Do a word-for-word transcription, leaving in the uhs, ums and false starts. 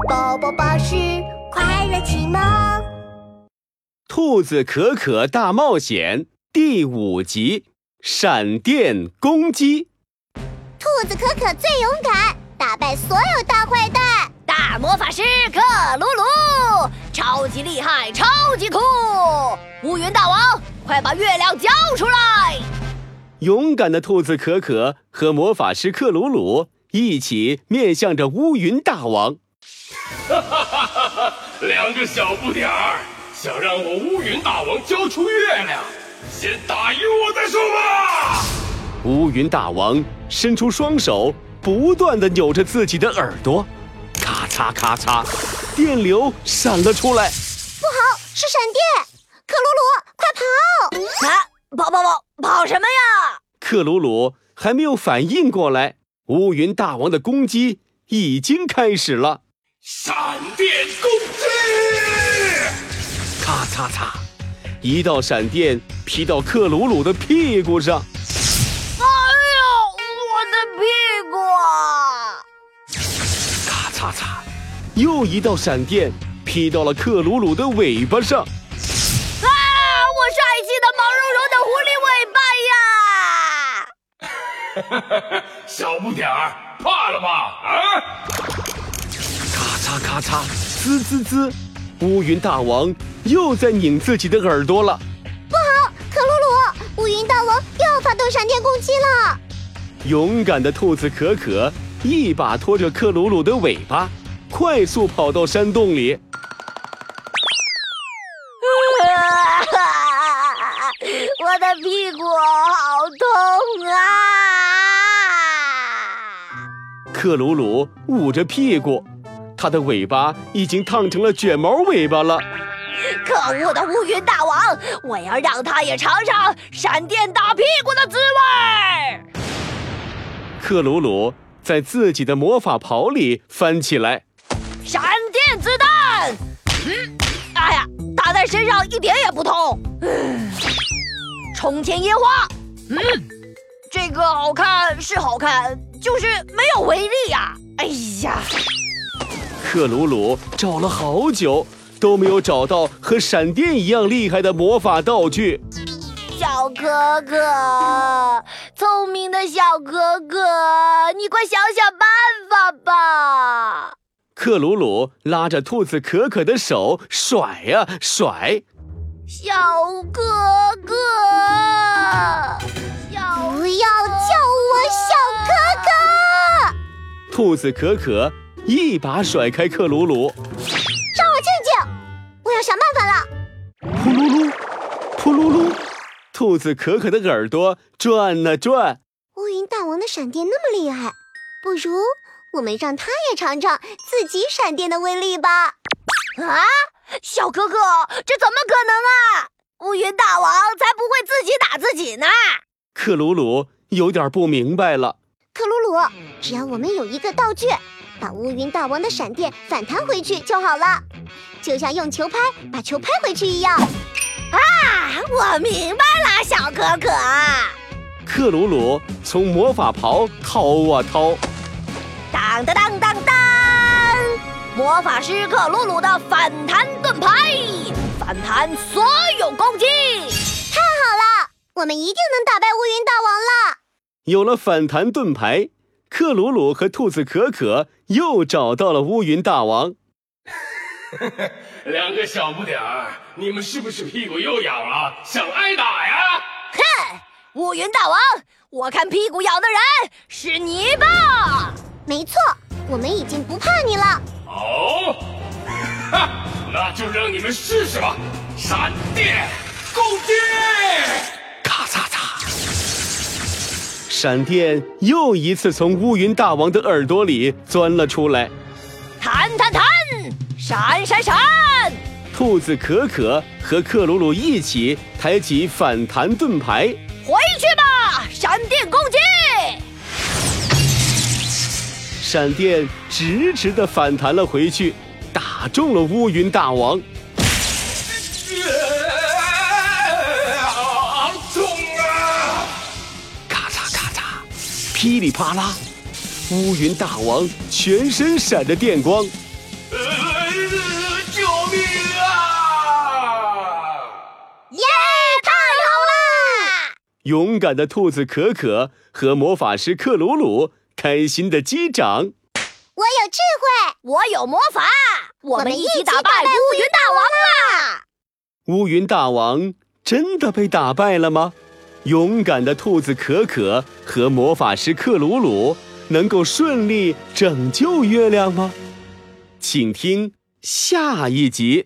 宝宝巴士快乐启蒙。 兔子可可大冒险第五集：闪电攻击。 兔子可可最勇敢，打败所有大坏蛋。 大魔法师克鲁鲁，超级厉害，超级酷！乌云大王，快把月亮交出来！ 勇敢的兔子可可和魔法师克鲁鲁一起面向着乌云大王。 哈哈哈哈哈！两个小不点儿，想让我乌云大王交出月亮，先打赢我再说吧！ 乌云大王伸出双手，不断地扭着自己的耳朵，咔嚓咔嚓，电流闪了出来。 不好，是闪电！克鲁鲁，快跑！ 啊，跑跑跑，跑什么呀？ 克鲁鲁还没有反应过来，乌云大王的攻击已经开始了。 闪电攻击！ 咔嚓嚓，一道闪电劈到克鲁鲁的屁股上。 哎呦，我的屁股啊！ 咔嚓嚓，又一道闪电劈到了克鲁鲁的尾巴上。 啊！我帅气的毛茸茸的狐狸尾巴呀！ 哈哈哈！小不点儿，怕了吧？啊！ 咔嚓咔嚓，滋滋滋，乌云大王又在拧自己的耳朵了。 不好，克鲁鲁，乌云大王又要发动闪电攻击了。 勇敢的兔子可可一把拖着克鲁鲁的尾巴，快速跑到山洞里。 我的屁股好痛啊！ 克鲁鲁捂着屁股，他的尾巴已经烫成了卷毛尾巴了。 可恶的乌云大王，我要让他也尝尝闪电打屁股的滋味！ 克鲁鲁在自己的魔法袍里翻起来， 闪电子弹！嗯，哎呀，打在身上一点也不痛。嗯，冲天烟花！嗯，这个好看是好看，就是没有威力呀！哎呀！ 克鲁鲁找了好久，都没有找到和闪电一样厉害的魔法道具。 小可可，聪明的小可可，你快想想办法吧！ 克鲁鲁拉着兔子可可的手甩呀甩。 小可可，小不要叫我小可可！ 兔子可可一把甩开克鲁鲁， 让我静静，我要想办法了。 扑噜噜，扑噜噜，兔子可可的耳朵转啊转。 乌云大王的闪电那么厉害，不如我们让他也尝尝自己闪电的威力吧。 啊，小可可，这怎么可能啊？乌云大王才不会自己打自己呢！ 克鲁鲁有点不明白了。 克鲁鲁，只要我们有一个道具，把乌云大王的闪电反弹回去就好了，就像用球拍把球拍回去一样。 啊，我明白了，小可可。 克鲁鲁从魔法袍掏啊掏， 当当当当当！魔法师克鲁鲁的反弹盾牌，反弹所有攻击。 太好了，我们一定能打败乌云大王了。 有了反弹盾牌，克鲁鲁和兔子可可又找到了乌云大王。 两个小不点儿，你们是不是屁股又痒了，想挨打呀？ 哼，乌云大王，我看屁股痒的人是你吧？ 没错，我们已经不怕你了。 哦，哈，那就让你们试试吧！闪电攻击！ 咔嚓嚓，闪电又一次从乌云大王的耳朵里钻了出来。 弹弹弹，闪闪闪！ 兔子可可和克鲁鲁一起抬起反弹盾牌， 回去吧，闪电攻击！ 闪电直直地反弹了回去，打中了乌云大王。 好痛啊！ 咔嚓咔嚓，噼里啪啦，乌云大王全身闪着电光。 呃勇敢的兔子可可和魔法师克鲁鲁开心的击掌。 我有智慧， 我有魔法，我们一起打败乌云乌云大王啦！ 乌云大王真的被打败了吗？勇敢的兔子可可和魔法师克鲁鲁能够顺利拯救月亮吗？请听下一集。